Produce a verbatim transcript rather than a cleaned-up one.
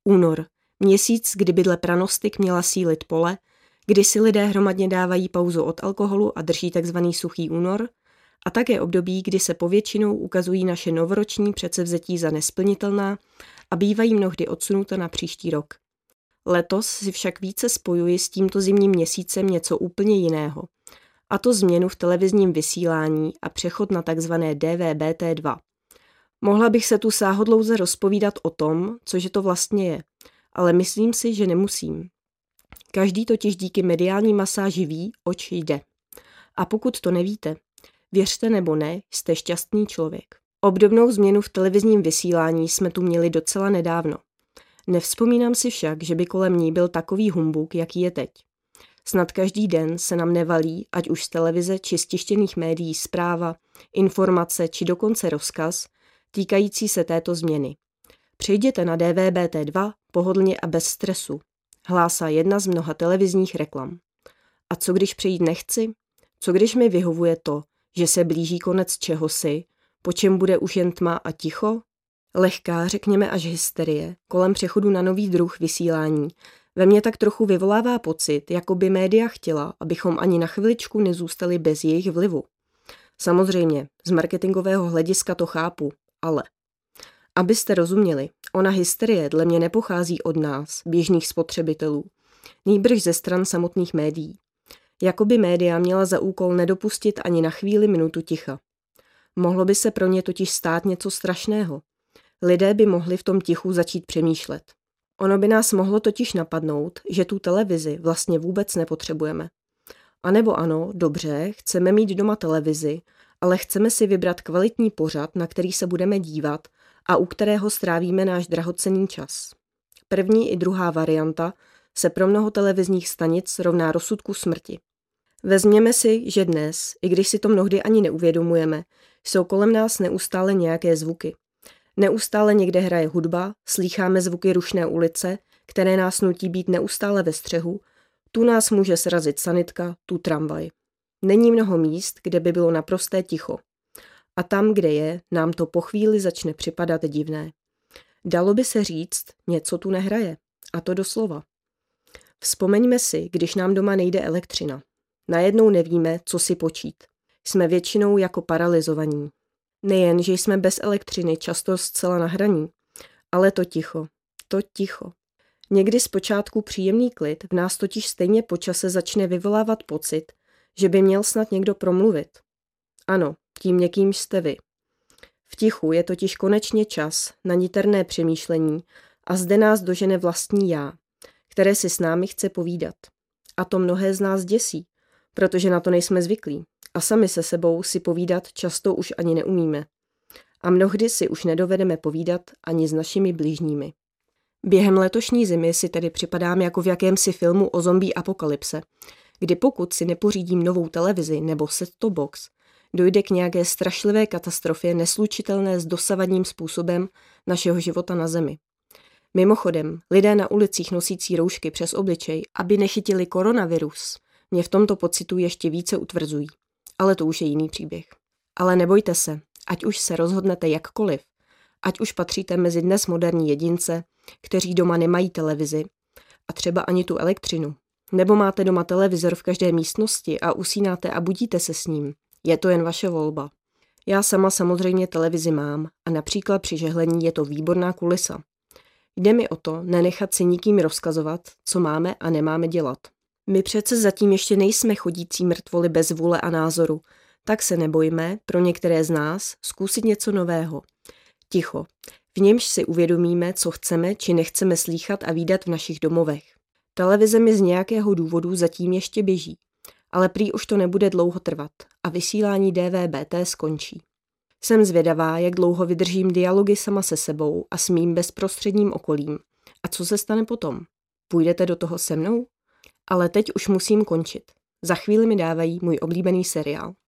Únor. Měsíc, kdy bydle pranostik měla sílit pole, kdy si lidé hromadně dávají pauzu od alkoholu a drží takzvaný suchý únor, a také období, kdy se povětšinou ukazují naše novoroční předsevzetí za nesplnitelná a bývají mnohdy odsunuta na příští rok. Letos si však více spojuji s tímto zimním měsícem něco úplně jiného, a to změnu v televizním vysílání a přechod na takzvané D V B T dva. Mohla bych se tu sáhodlouze rozpovídat o tom, cože to vlastně je, ale myslím si, že nemusím. Každý totiž díky mediální masáži ví, oč jde. A pokud to nevíte, věřte nebo ne, jste šťastný člověk. Obdobnou změnu v televizním vysílání jsme tu měli docela nedávno. Nevzpomínám si však, že by kolem ní byl takový humbuk, jaký je teď. Snad každý den se nám nevalí, ať už z televize či z tištěných médií zpráva, informace či dokonce rozkaz, týkající se této změny. Přejděte na D V B T dva pohodlně a bez stresu, hlásá jedna z mnoha televizních reklam. A co když přejít nechci? Co když mi vyhovuje to, že se blíží konec čehosi, po čem bude už jen tma a ticho? Lehká, řekněme až hysterie, kolem přechodu na nový druh vysílání ve mně tak trochu vyvolává pocit, jako by média chtěla, abychom ani na chviličku nezůstali bez jejich vlivu. Samozřejmě, z marketingového hlediska to chápu, ale... Abyste rozuměli, ona hysterie dle mě nepochází od nás, běžných spotřebitelů, nýbrž ze stran samotných médií. Jakoby média měla za úkol nedopustit ani na chvíli minutu ticha. Mohlo by se pro ně totiž stát něco strašného. Lidé by mohli v tom tichu začít přemýšlet. Ono by nás mohlo totiž napadnout, že tu televizi vlastně vůbec nepotřebujeme. A nebo ano, dobře, chceme mít doma televizi, ale chceme si vybrat kvalitní pořad, na který se budeme dívat a u kterého strávíme náš drahocenný čas. První i druhá varianta se pro mnoho televizních stanic rovná rozsudku smrti. Vezměme si, že dnes, i když si to mnohdy ani neuvědomujeme, jsou kolem nás neustále nějaké zvuky. Neustále někde hraje hudba, slýcháme zvuky rušné ulice, které nás nutí být neustále ve střehu, tu nás může srazit sanitka, tu tramvaj. Není mnoho míst, kde by bylo naprosté ticho. A tam, kde je, nám to po chvíli začne připadat divné. Dalo by se říct, něco tu nehraje. A to doslova. Vzpomeňme si, když nám doma nejde elektřina. Najednou nevíme, co si počít. Jsme většinou jako paralyzovaní. Nejen, že jsme bez elektřiny často zcela na hraní, ale to ticho, to ticho. Někdy zpočátku příjemný klid v nás totiž stejně po čase začne vyvolávat pocit, že by měl snad někdo promluvit. Ano, tím někým jste vy. V tichu je totiž konečně čas na niterné přemýšlení a zde nás dožene vlastní já, které si s námi chce povídat. A to mnohé z nás děsí, protože na to nejsme zvyklí a sami se sebou si povídat často už ani neumíme. A mnohdy si už nedovedeme povídat ani s našimi bližními. Během letošní zimy si tedy připadám jako v jakémsi filmu o zombie apokalypse, kdy pokud si nepořídím novou televizi nebo set-top box, dojde k nějaké strašlivé katastrofě neslučitelné s dosavadním způsobem našeho života na zemi. Mimochodem, lidé na ulicích nosící roušky přes obličej, aby nechytili koronavirus, mě v tomto pocitu ještě více utvrzují. Ale to už je jiný příběh. Ale nebojte se, ať už se rozhodnete jakkoliv, ať už patříte mezi dnes moderní jedince, kteří doma nemají televizi a třeba ani tu elektřinu, nebo máte doma televizor v každé místnosti a usínáte a budíte se s ním. Je to jen vaše volba. Já sama samozřejmě televizi mám a například při žehlení je to výborná kulisa. Jde mi o to nenechat si nikým rozkazovat, co máme a nemáme dělat. My přece zatím ještě nejsme chodící mrtvoly bez vůle a názoru, tak se nebojme pro některé z nás zkusit něco nového. Ticho, v němž si uvědomíme, co chceme či nechceme slýchat a vídat v našich domovech. Televize mi z nějakého důvodu zatím ještě běží, ale prý už to nebude dlouho trvat a vysílání D V B T skončí. Jsem zvědavá, jak dlouho vydržím dialogy sama se sebou a s mým bezprostředním okolím. A co se stane potom? Půjdete do toho se mnou? Ale teď už musím končit. Za chvíli mi dávají můj oblíbený seriál.